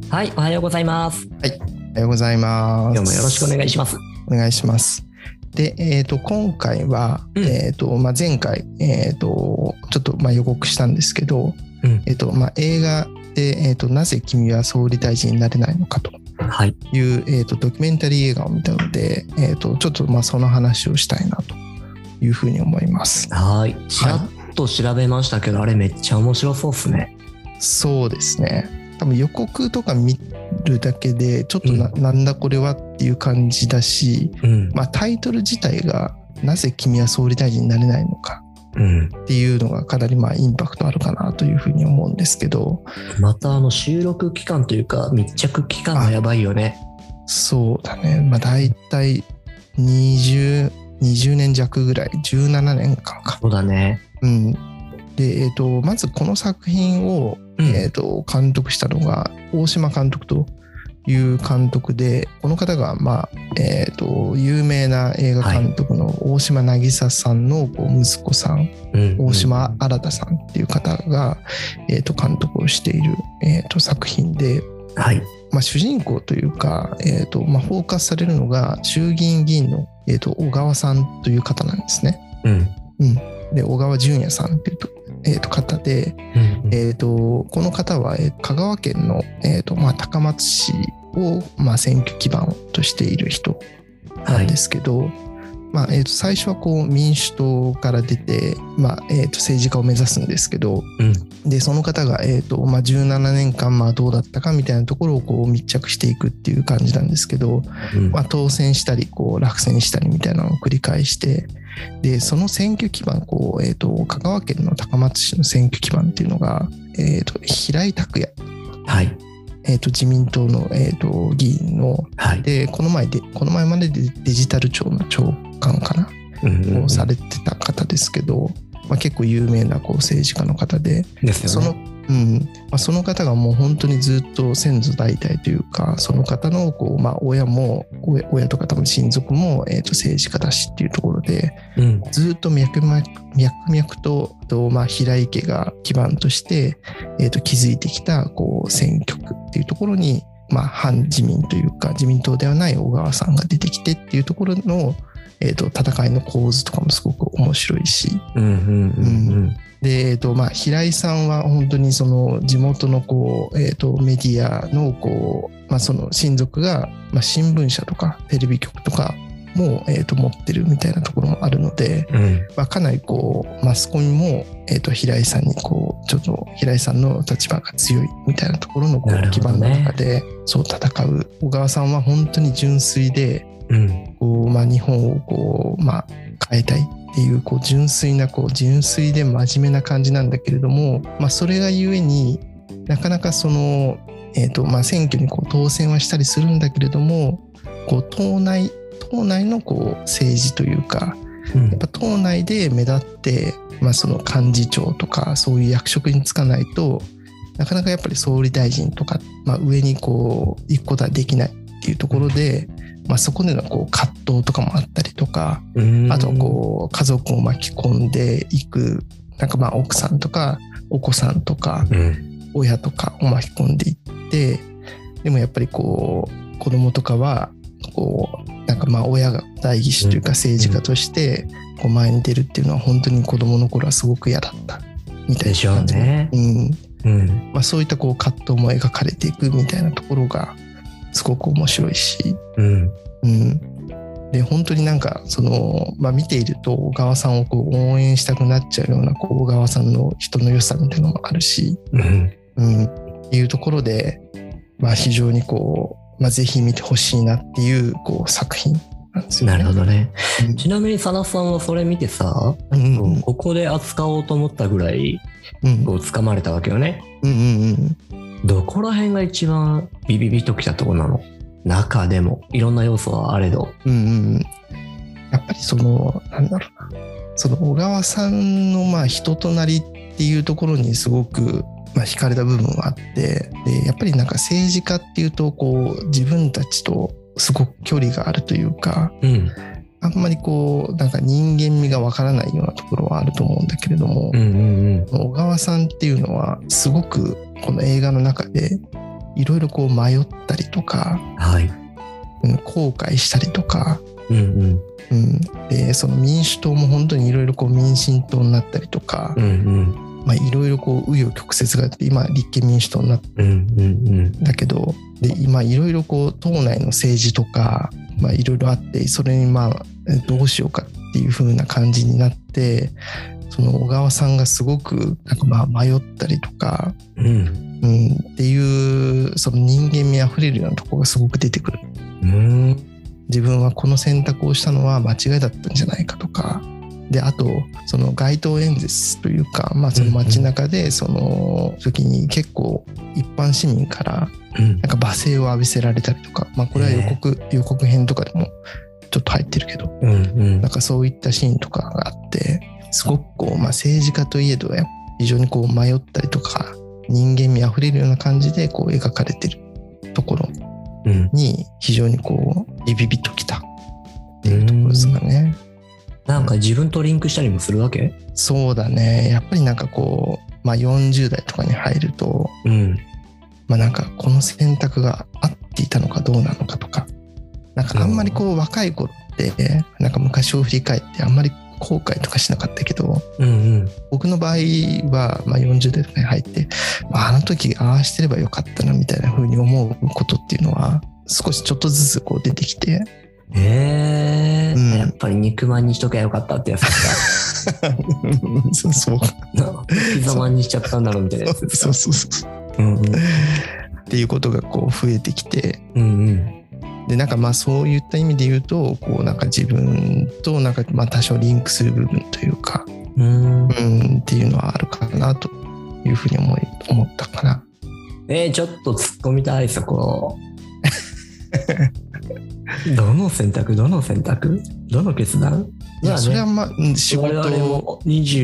はい、おはようございます。 はい、おはようございます。 今日もよろしくお願いします。 お願いします。で、今回は、前回、ちょっと予告したんですけど、映画で、なぜ君は総理大臣になれないのかという、ドキュメンタリー映画を見たので、ちょっとその話をしたいなというふうに思います。 はい、ちらっと調べましたけど、あれめっちゃ面白そうですね。 そうですね。多分予告とか見るだけでちょっとなんだこれはっていう感じだし、タイトル自体がなぜ君は総理大臣になれないのかっていうのがかなりインパクトあるかなというふうに思うんですけど、 また収録期間というか密着期間がやばいよね。 そうだね。だいたい20年弱ぐらい、17年間か。 そうだね。 で、まずこの作品を監督したのが大島監督という監督で、この方が有名な映画監督の大島渚さんの息子さん、大島新さんっていう方が監督をしている作品で、主人公というかフォーカスされるのが衆議院議員の小川さんという方なんですね。で、小川淳也さんっていう方で、この方は香川県の高松市を選挙基盤としている人なんですけど、最初は民主党から出て、政治家を目指すんですけど、でその方が17年間どうだったかみたいなところを密着していくっていう感じなんですけど、当選したり落選したりみたいなのを繰り返して、でその選挙基盤香川県の高松市の選挙基盤っていうのが、平井卓也、自民党の、議員の、でこの前までデジタル庁の長官かな、をされてた方ですけど、結構有名な政治家の方で、その方がもう本当にずっと先祖代々というか、その方の親とか多分親族も政治家だしっていうところで、ずっと脈々と平井家が基盤として築いてきた選挙区っていうところに反自民というか自民党ではない小川さんが出てきてっていうところの戦いの構図とかもすごく面白いし、で平井さんは本当にその地元のメディアのその親族が新聞社とかテレビ局とかも持ってるみたいなところもあるので、かなりマスコミも平井さんにちょっと平井さんの立場が強いみたいなところの基盤の中でそう戦う小川さんは本当に純粋で、日本を変えたいっていう純粋で真面目な感じなんだけれども、それがゆえになかなかその、選挙に当選はしたりするんだけれども、党内の政治というか、やっぱ党内で目立って、その幹事長とかそういう役職に就かないとなかなかやっぱり総理大臣とか、上に行くことはできないっていうところで、そこでの葛藤とかもあったりとか、あと家族を巻き込んでいく、奥さんとかお子さんとか、親とかを巻き込んでいって、でもやっぱり子供とかは親が代議士というか政治家として前に出るっていうのは本当に子供の頃はすごく嫌だったみたいな感じでしょうね。そういった葛藤も描かれていくみたいなところがすごく面白いし、で本当に見ていると小川さんを応援したくなっちゃうような小川さんの人の良さみたいなのもあるし、っていうところで、非常にぜひ見てほしいなっていう作品なんですよね。なるほどね。 ちなみに佐野さんはそれ見てさ、ここで扱おうと思ったぐらい掴まれたわけよね。どこら辺が一番ビビビときたところなの？中でもいろんな要素はあれど、 やっぱりその小川さんの人となりっていうところにすごく惹かれた部分はあって、でやっぱり政治家っていうと自分たちとすごく距離があるというか、あんまり人間味がわからないようなところはあると思うんだけれども、小川さんっていうのはすごくこの映画の中でいろいろこう迷ったりとか、 はい、 後悔したりとか、 うんうんでその民主党も本当にいろいろこう民進党になったりとか、いろいろこう紆余曲折があって、今立憲民主党になったんだけど、で今いろいろこう党内の政治とかいろいろあって、それにどうしようかっていう風な感じになって、その小川さんがすごくなんか迷ったりとか、っていうその人間味あふれるようなところがすごく出てくる。自分はこの選択をしたのは間違いだったんじゃないかとか、であとその街頭演説というか、その街中でその時に結構一般市民からなんか罵声を浴びせられたりとか、これは予告編とかでもちょっと入ってるけど、なんかそういったシーンとかがあって、すごくこう政治家といえど非常にこう迷ったりとか、人間味あふれるような感じでこう描かれてるところに非常にこうビビビッときたっていうところですかね。 なんか自分とリンクしたりもするわけ？ そうだね。やっぱりなんかこう、40代とかに入ると、なんかこの選択が合っていたのかどうなのかとか、なんかあんまりこう若い頃ってなんか昔を振り返ってあんまり後悔とかしなかったけど、僕の場合は40代とかに入って、あの時ああしてればよかったなみたいな風に思うことっていうのは少しちょっとずつこう出てきて、 やっぱり肉まんにしとけばよかったってやつですか？ そうピザまんにしちゃったんだろうみたいなやつですか？そうっていうことがこう増えてきて、でなんかそういった意味で言うと、こうなんか自分となんか多少リンクする部分というか、っていうのはあるかなというふうに思ったかな。 ちょっと突っ込みたい、そこ。どの決断？ いや、それは仕事我々も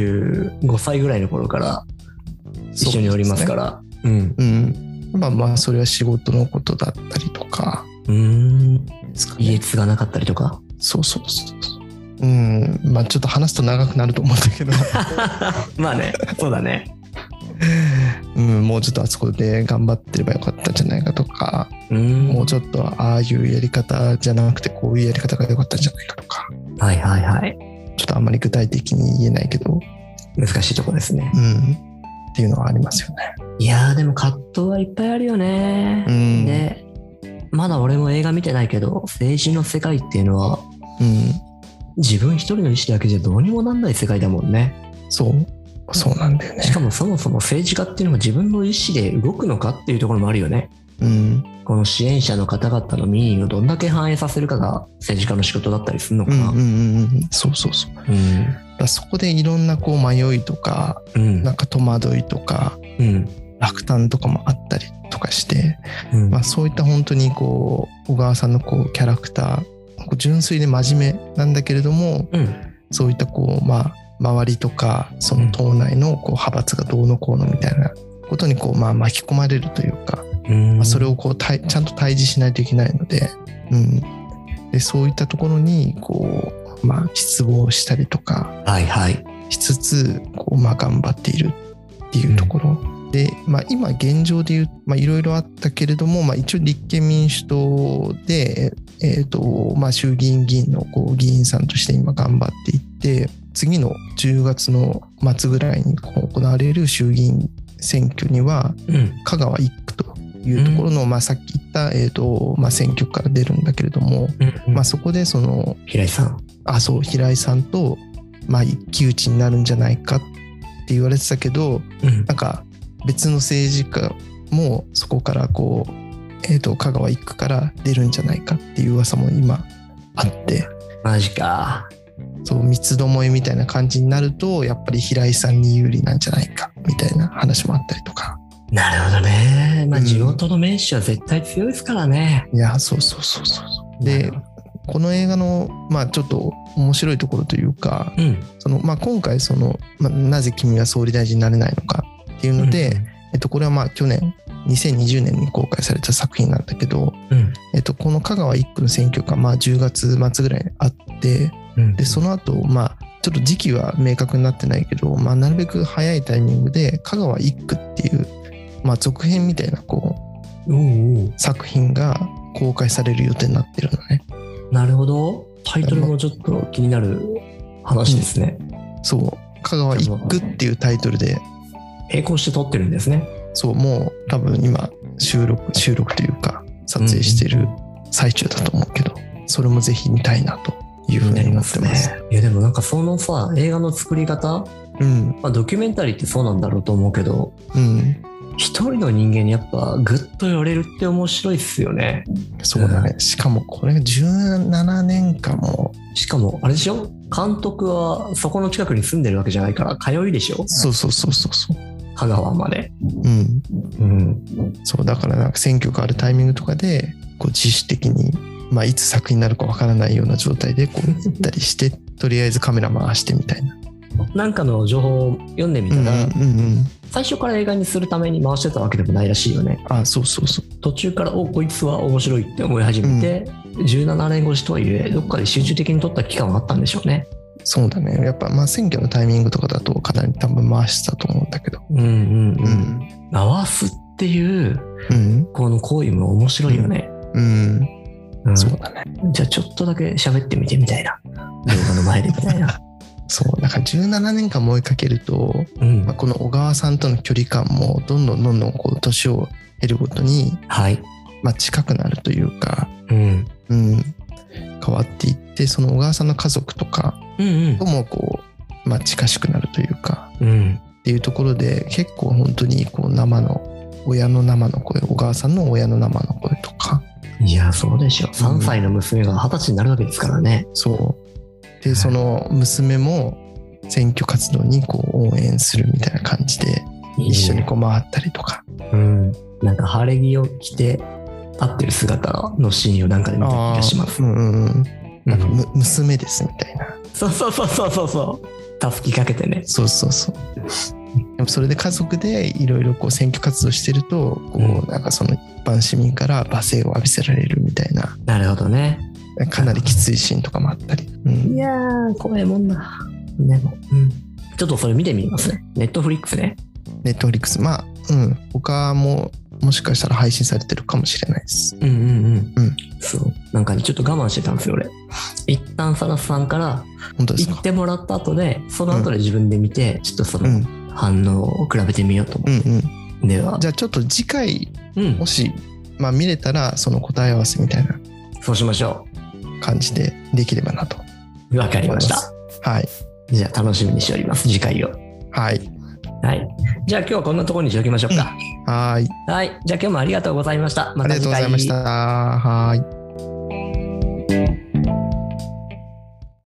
25歳ぐらいの頃から一緒におりますから、 それは仕事のことだったりとか、 家継がなかったりとか。 そうちょっと話すと長くなると思うんだけどそうだね。 もうちょっとあそこで頑張ってればよかったんじゃないかとか、もうちょっとああいうやり方じゃなくてこういうやり方がよかったんじゃないかとか、ちょっとあんまり具体的に言えないけど難しいとこですね。 っていうのはありますよね。 いやー、でも葛藤はいっぱいあるよね。でまだ俺も映画見てないけど、政治の世界っていうのは、自分一人の意思だけじゃどうにもなんない世界だもんね。 そうなんだよね。 しかもそもそも政治家っていうのが自分の意思で動くのかっていうところもあるよね。この支援者の方々の民意をどんだけ反映させるかが政治家の仕事だったりするのかな。 そう。そこでいろんなこう迷いとか、なんか戸惑いとか、落胆とかもあったりとかして、そういった本当にこう小川さんのこうキャラクター、純粋で真面目なんだけれども、そういったこう周りとかその党内のこう派閥がどうのこうのみたいなことにこう巻き込まれるというか、それをこうちゃんと対峙しないといけないので、でそういったところにこう失望したりとかしつつこう頑張っているっていうところで、今現状でいういろいろあったけれども、一応立憲民主党で衆議院議員のこう議員さんとして今頑張っていって、次の10月の末ぐらいに行われる衆議院選挙には、香川1区というところの、さっき言った、選挙区から出るんだけれども、そこでその平井さんと、一騎打ちになるんじゃないかって言われてたけど、なんか別の政治家もそこからこう、香川1区から出るんじゃないかっていう噂も今あって。 マジか。 そう三つどもえみたいな感じになると、やっぱり平井さんに有利なんじゃないかみたいな話もあったりとか。 なるほどね。地元の名士は絶対強いですからね。 いや、そう。でこの映画のちょっと面白いところというか、今回なぜ君は総理大臣になれないのかっていうので、これは去年2020年に公開された作品なんだけど、この香川1区の選挙が10月末ぐらいにあって、でその後ちょっと時期は明確になってないけど、なるべく早いタイミングで香川1区っていう、続編みたいなこう作品が公開される予定になってるのね。 なるほど。タイトルもちょっと気になる話ですね。 そう香川一区っていうタイトルで並行して撮ってるんですね。 そうもう多分今収録というか撮影してる最中だと思うけど、それもぜひ見たいなというふうに思ってます。 いやでもなんかそのさ映画の作り方、ドキュメンタリーってそうなんだろうと思うけど、一人の人間にやっぱグッと寄れるって面白いっすよね。 そうだね、しかもこれが17年間も。 しかもあれでしょ、監督はそこの近くに住んでるわけじゃないから通いでしょ。 そう香川まで。 そうだからなんか選挙があるタイミングとかでこう自主的に、いつ作品になるかわからないような状態でこう行ったりしてとりあえずカメラ回してみたいな。 なんかの情報を読んでみたら、最初から映画にするために回してたわけでもないらしいよね。 そう途中からこいつは面白いって思い始めて、17年越しとはいえどっかで集中的に撮った期間があったんでしょうね。 そうだね、やっぱ選挙のタイミングとかだとかなり多分回してたと思うんだけど、 回すっていう、この行為も面白いよね。 そうだね。 じゃあちょっとだけ喋ってみてみたいな、動画の前でみたいな。 そうだから17年間も追いかけると、この小川さんとの距離感もどんどんこう年を経るごとに、近くなるというか、変わっていって、その小川さんの家族とかともこう、近しくなるというか、っていうところで結構本当にこう親の生の声、小川さんの親の生の声とか。 いやそうでしょ、3歳の娘が20歳になるわけですからね。 そうで、その娘も選挙活動にこう応援するみたいな感じで一緒にこう回ったりとか、 なんか晴れ着を着て立ってる姿のシーンをなんかで見た気がします。 なんか娘ですみたいな。 そうたすきかけてね。 そうでもそれで家族でいろいろこう選挙活動してるとこうなんかその一般市民から罵声を浴びせられるみたいな。 なるほどね。 かなりきついシーンとかもあったり。 いやー怖いもんだ。でも、ちょっとそれ見てみますね。ネットフリックスね。 ネットフリックス他ももしかしたら配信されてるかもしれないです。 そうなんかねちょっと我慢してたんですよ俺。一旦サラスさんから言ってもらった後でその後で自分で見て、ちょっとその反応を比べてみようと思って、ではじゃあちょっと次回、もし、見れたらその答え合わせみたいなそうしましょう感じでできればなと。 わかりました。 はい、 じゃあ楽しみにしております次回を。はい、じゃあ今日はこんなところにしておきましょうか。はい、じゃあ今日もありがとうございました。また次回。 ありがとうございました。はい。